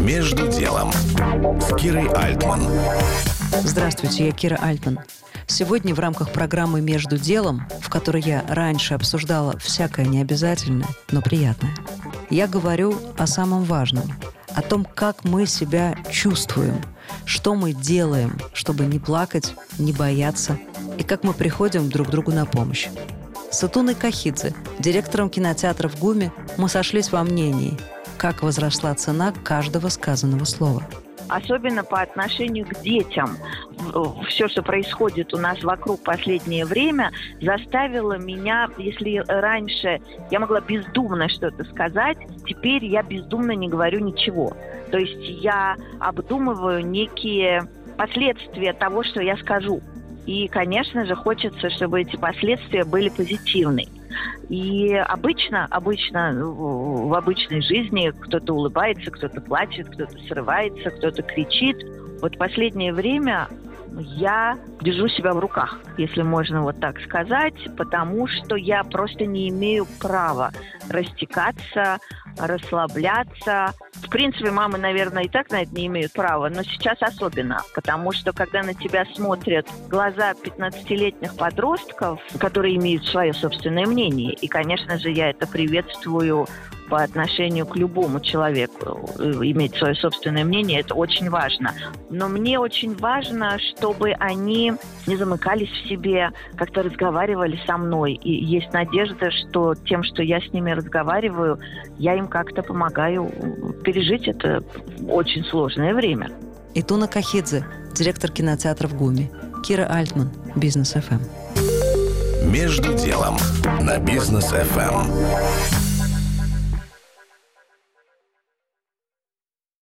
«Между делом» с Кирой Альтман. Здравствуйте, я Кира Альтман. Сегодня в рамках программы «Между делом», в которой я раньше обсуждала всякое необязательное, но приятное, я говорю о самом важном, о том, как мы себя чувствуем, что мы делаем, чтобы не плакать, не бояться, и как мы приходим друг другу на помощь. С Итуной Кахидзе, директором кинотеатра в ГУМе, мы сошлись во мнении, как возросла цена каждого сказанного слова. Особенно по отношению к детям. Все, что происходит у нас вокруг последнее время, заставило меня, если раньше я могла бездумно что-то сказать, теперь я бездумно не говорю ничего. То есть я обдумываю некие последствия того, что я скажу. И, конечно же, хочется, чтобы эти последствия были позитивны. И обычно в обычной жизни кто-то улыбается, кто-то плачет, кто-то срывается, кто-то кричит. Вот в последнее время я держу себя в руках, если можно вот так сказать, потому что я просто не имею права растекаться, расслабляться. В принципе, мамы, наверное, и так на это не имеют права, но сейчас особенно, потому что когда на тебя смотрят глаза 15-летних подростков, которые имеют свое собственное мнение, и, конечно же, я это приветствую по отношению к любому человеку, иметь свое собственное мнение, это очень важно. Но мне очень важно, чтобы они не замыкались в себе, как-то разговаривали со мной. И есть надежда, что тем, что я с ними разговариваю, я им как-то помогаю пережить это очень сложное время. Итуна Кахидзе, директор кинотеатра в ГУМе. Кира Альтман, Бизнес ФМ. «Между делом» на Бизнес ФМ.